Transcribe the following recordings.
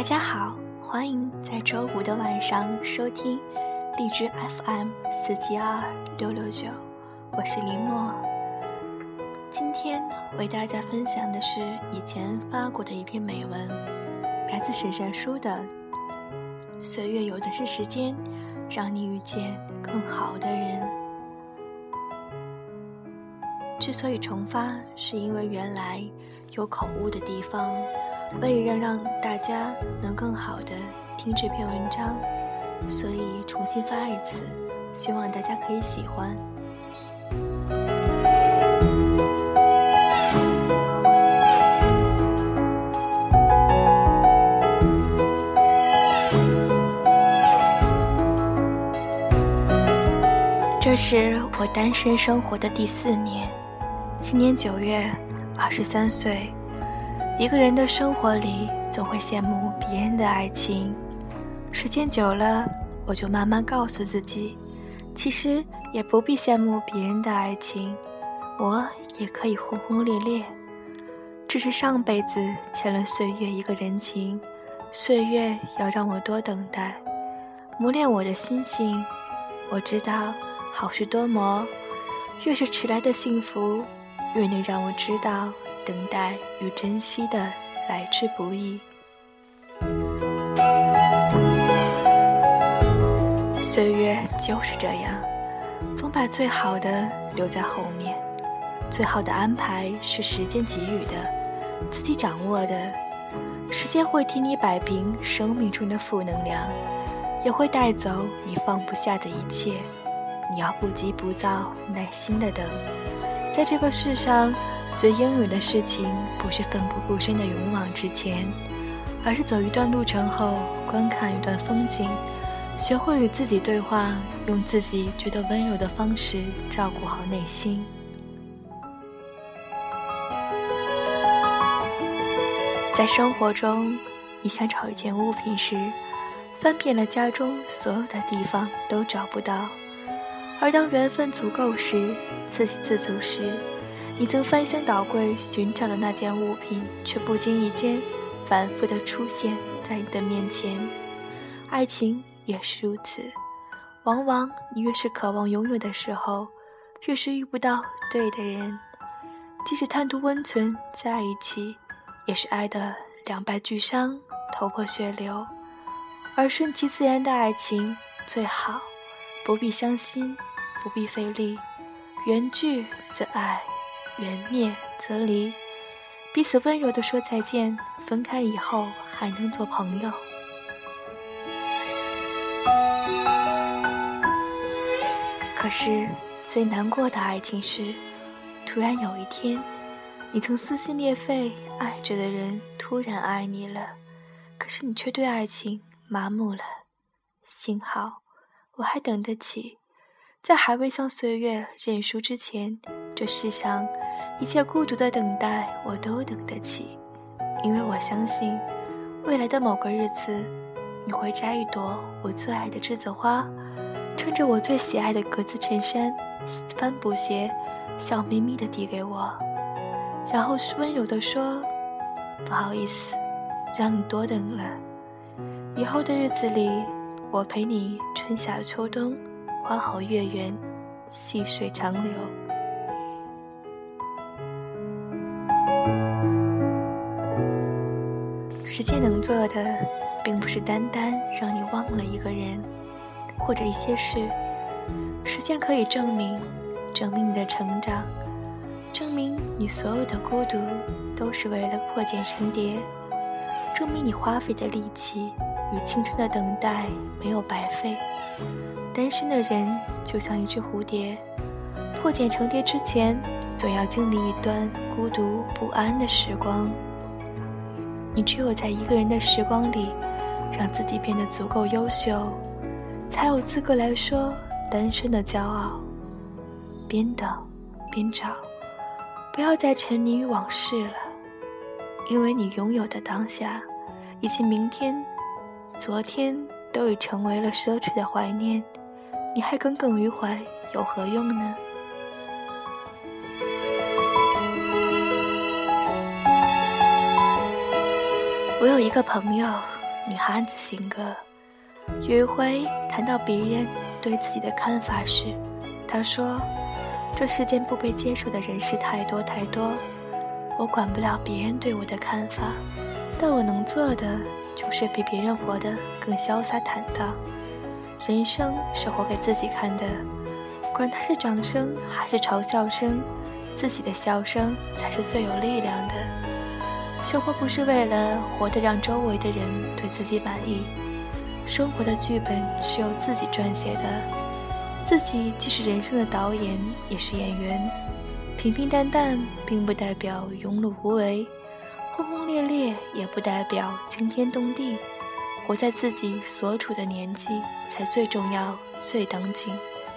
大家好，欢迎在周五的晚上收听荔枝 FM472-669，我是林默。今天为大家分享的是以前发过的一篇美文，来自沈善书的《岁月有的是时间，让你遇见更好的人》。之所以重发，是因为原来有口误的地方，为了让大家能更好的听这篇文章，所以重新发一次，希望大家可以喜欢。这是我单身生活的第4年，今年9月，23岁。一个人的生活里总会羡慕别人的爱情，时间久了，我就慢慢告诉自己，其实也不必羡慕别人的爱情，我也可以轰轰烈烈。只是上辈子欠了岁月一个人情，岁月要让我多等待，磨练我的心性。我知道好事多磨，越是迟来的幸福，越能让我知道等待与珍惜的来之不易。岁月就是这样，总把最好的留在后面。最好的安排是时间给予的，自己掌握的。时间会替你摆平生命中的负能量，也会带走你放不下的一切。你要不急不躁，耐心的等。在这个世上，最英勇的事情不是奋不顾身的勇往直前，而是走一段路程后观看一段风景，学会与自己对话，用自己觉得温柔的方式照顾好内心。在生活中，你想找一件物品时，翻遍了家中所有的地方都找不到，而当缘分足够时，自给自足时，你曾翻箱倒柜寻找的那件物品，却不经意间反复地出现在你的面前。爱情也是如此，往往你越是渴望拥有的时候，越是遇不到对的人。即使贪图温存在一起，也是爱得两败俱伤，头破血流。而顺其自然的爱情最好，不必伤心，不必费力，缘聚则爱，缘灭则离，彼此温柔地说再见，分开以后还能做朋友。可是最难过的爱情是，突然有一天，你曾撕心裂肺爱着的人突然爱你了，可是你却对爱情麻木了。幸好我还等得起，在还未向岁月认输之前，这世上一切孤独的等待我都等得起，因为我相信未来的某个日子，你会摘一朵我最爱的栀子花，穿着我最喜爱的格子衬衫，帆布鞋，笑眯眯地递给我，然后是温柔地说，不好意思让你多等了，以后的日子里，我陪你春夏秋冬，花好月圆，细水长流。时间能做的，并不是单单让你忘了一个人或者一些事，时间可以证明你的成长，证明你所有的孤独都是为了破茧成蝶，证明你花费的力气与青春的等待没有白费。单身的人就像一只蝴蝶，破茧成蝶之前，总要经历一段孤独不安的时光。你只有在一个人的时光里，让自己变得足够优秀，才有资格来说单身的骄傲。边等边找，不要再沉溺于往事了，因为你拥有的当下以及明天、昨天都已成为了奢侈的怀念，你还耿耿于怀有何用呢？我有一个朋友， 女汉子性格。有一回谈到别人对自己的看法时，她说，这世间不被接受的人事太多太多，我管不了别人对我的看法，但我能做的就是比别人活得更潇洒坦荡。人生是活给自己看的，管它是掌声还是嘲笑声，自己的笑声才是最有力量的。生活不是为了活得让周围的人对自己满意，生活的剧本是由自己撰写的，自己既是人生的导演，也是演员。平平淡淡并不代表庸碌无为，轰轰烈烈也不代表惊天动地。活在自己所处的年纪才最重要，最当今。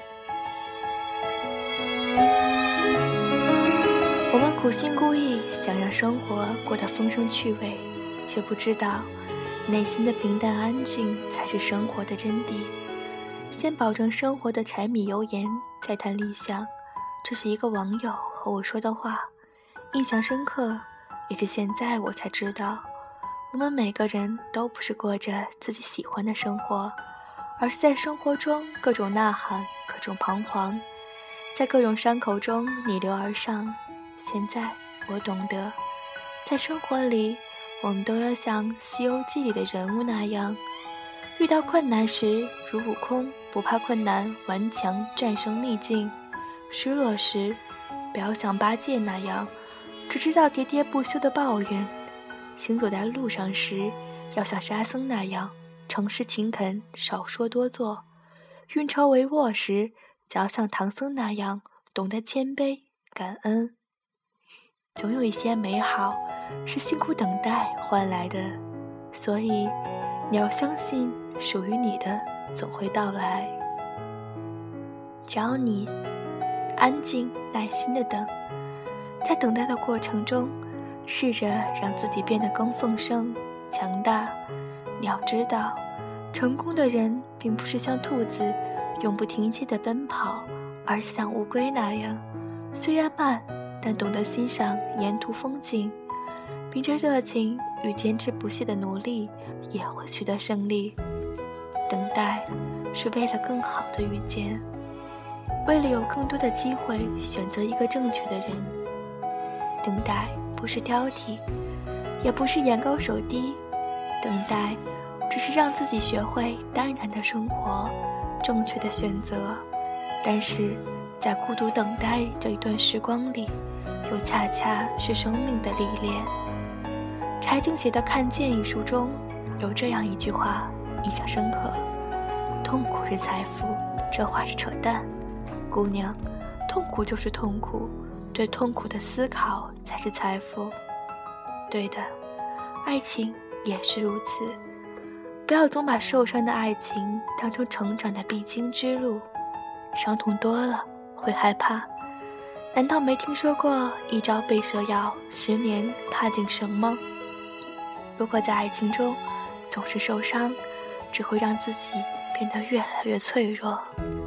我们苦心孤诣想让生活过得风生趣味，却不知道内心的平淡安静才是生活的真谛。先保证生活的柴米油盐，再谈理想。这是一个网友和我说的话，印象深刻，也是现在我才知道，我们每个人都不是过着自己喜欢的生活，而是在生活中各种呐喊，各种彷徨，在各种伤口中逆流而上。现在我懂得，在生活里，我们都要像《西游记》里的人物那样，遇到困难时如悟空，不怕困难，顽强战胜逆境；失落时，不要像八戒那样，只知道喋喋不休的抱怨；行走在路上时，要像沙僧那样，诚实勤恳，少说多做；运筹帷幄时，就要像唐僧那样，懂得谦卑感恩。总有一些美好是辛苦等待换来的，所以你要相信，属于你的总会到来。只要你安静耐心地等，在等待的过程中，试着让自己变得更丰盛强大。你要知道，成功的人并不是像兔子永不停歇地奔跑，而是像乌龟那样，虽然慢，但懂得欣赏沿途风景，凭着热情与坚持不懈的努力，也会取得胜利。等待是为了更好的遇见，为了有更多的机会选择一个正确的人。等待不是挑剔，也不是眼高手低，等待只是让自己学会淡然的生活，正确的选择。但是在孤独等待这一段时光里，又恰恰是生命的历练。柴静写的《看见》一书中有这样一句话印象深刻，痛苦是财富，这话是扯淡。姑娘，痛苦就是痛苦，对痛苦的思考才是财富。对的，爱情也是如此，不要总把受伤的爱情当成成长的必经之路，伤痛多了会害怕。难道没听说过一朝被蛇咬，10年怕井绳吗？如果在爱情中总是受伤，只会让自己变得越来越脆弱。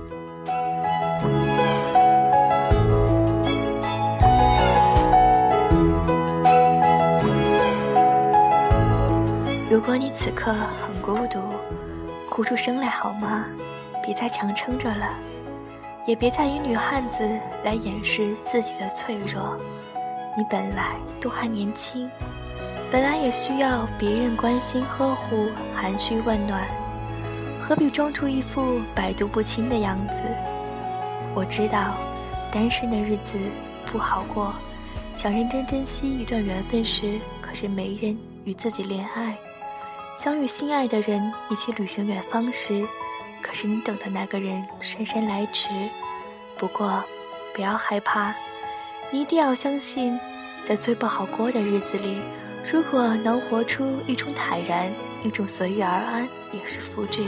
如果你此刻很孤独，哭出声来好吗？别再强撑着了，也别再以女汉子来掩饰自己的脆弱。你本来都还年轻，本来也需要别人关心呵护，含蓄温暖，何必装出一副百毒不侵的样子？我知道单身的日子不好过，想认真珍惜一段缘分时，可是没人与自己恋爱。想与心爱的人一起旅行远方时，可是你等的那个人姗姗来迟。不过不要害怕，你一定要相信，在最不好过的日子里，如果能活出一种坦然，一种随遇而安，也是福祉。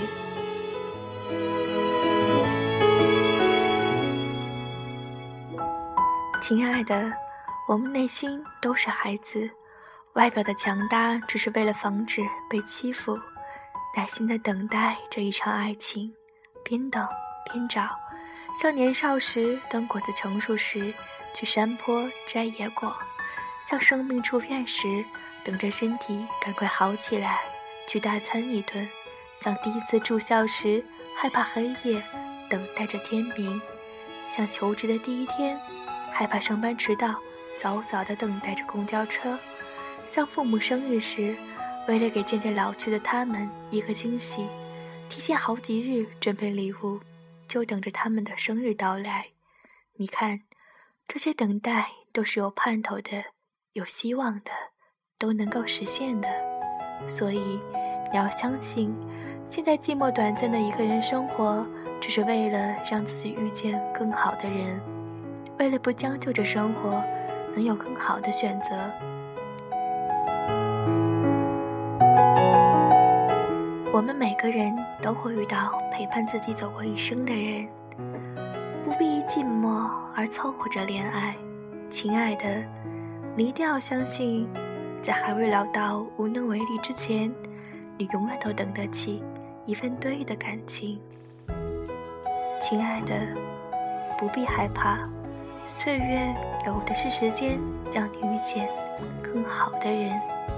亲爱的，我们内心都是孩子，外表的强大只是为了防止被欺负，耐心地等待这一场爱情，边等边找，像年少时等果子成熟时去山坡摘野果，像生命出院时等着身体赶快好起来去大餐一顿，像第一次住校时害怕黑夜，等待着天明，像求职的第一天害怕上班迟到，早早地等待着公交车，像父母生日时为了给渐渐老去的他们一个惊喜，提前好几日准备礼物，就等着他们的生日到来。你看，这些等待都是有盼头的，有希望的，都能够实现的。所以你要相信，现在寂寞短暂的一个人生活，只是为了让自己遇见更好的人，为了不将就着生活，能有更好的选择。我们每个人都会遇到陪伴自己走过一生的人，不必因寂寞而凑合着恋爱。亲爱的，你一定要相信，在还未老到无能为力之前，你永远都等得起一份对的感情。亲爱的，不必害怕，岁月有的是时间让你遇见更好的人。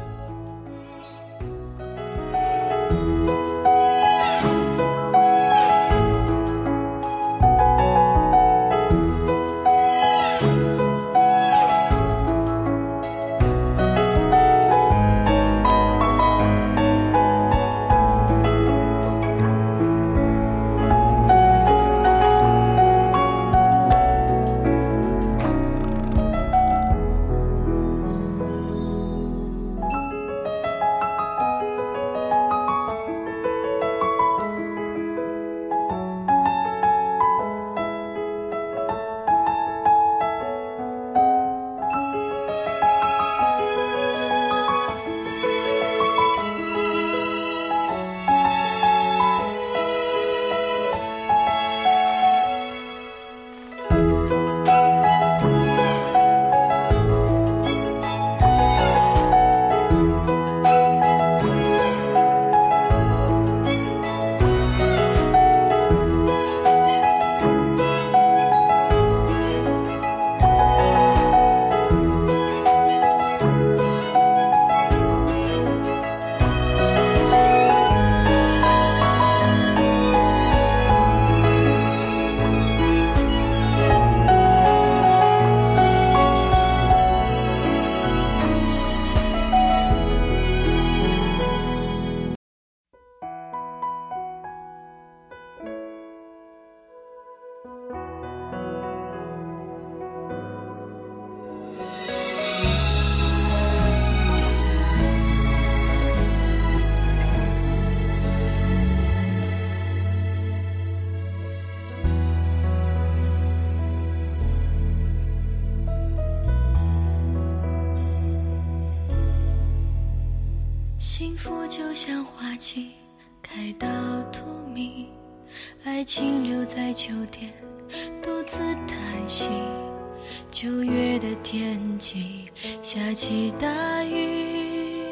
幸福就像花期开到荼蘼，爱情留在秋天独自叹息。9月的天气下起大雨，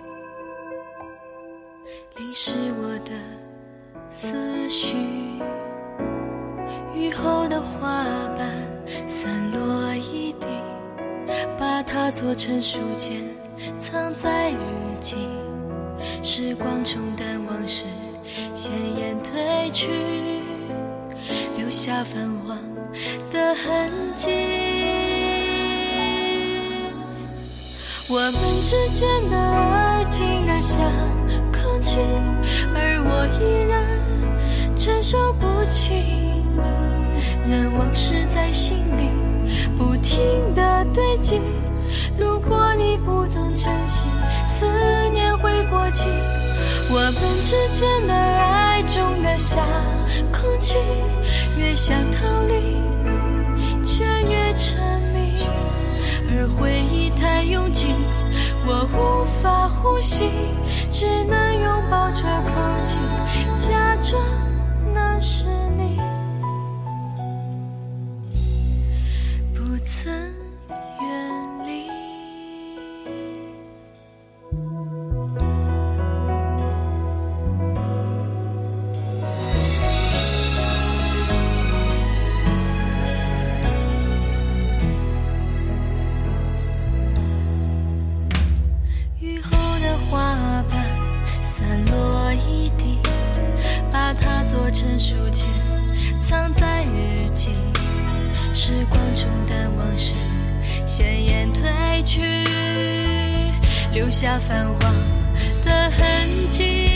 淋湿我的思绪。雨后的花瓣散落一地，把它做成书签藏在日记。时光冲淡往事，鲜艳褪去，留下泛黄的痕迹。我们之间的爱静得像空气，而我依然承受不起，让往事在心里不停地堆积。如果你不懂珍惜，思念会过期。我们之间的爱重得像空气，越想逃离却越沉迷，而回忆太拥挤，我无法呼吸，只能拥抱着空气，假装那是你，不曾远离。雨后的花瓣散中的往事鲜艳褪去，留下泛黄的痕迹。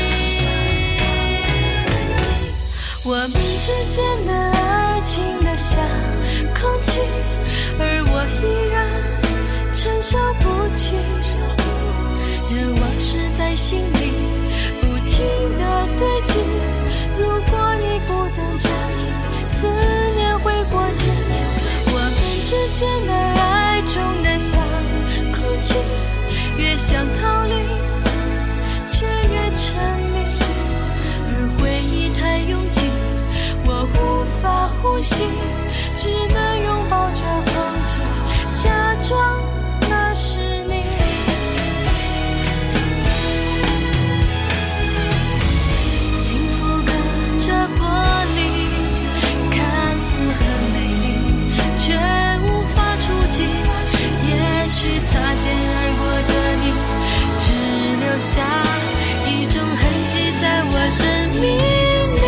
我们之间的爱情的像空气，而我依然承受不起。任往事在心里不停地堆积，如果你不懂珍惜，思念会过期。我们之间的爱重得像空气，越想逃离却越沉迷，而回忆太拥挤，我无法呼吸，只能拥抱着空气，假装那是你。幸福隔着玻璃，看似很美丽，却无法触及。也许擦肩而过的你，只留下一种痕迹在我生命里。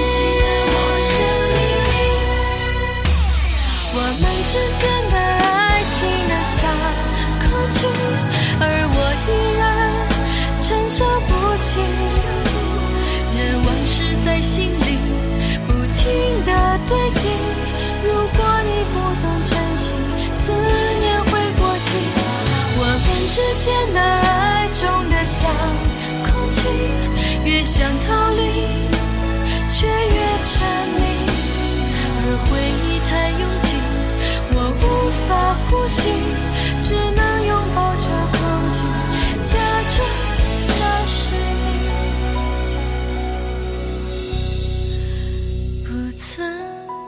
我们之间的爱情的像空气，而我依然承受不起。任往事在心里不停地堆积，如果你不懂珍惜，思念会过期。我们之间的爱重得像空气，越想逃离却越沉迷，而回忆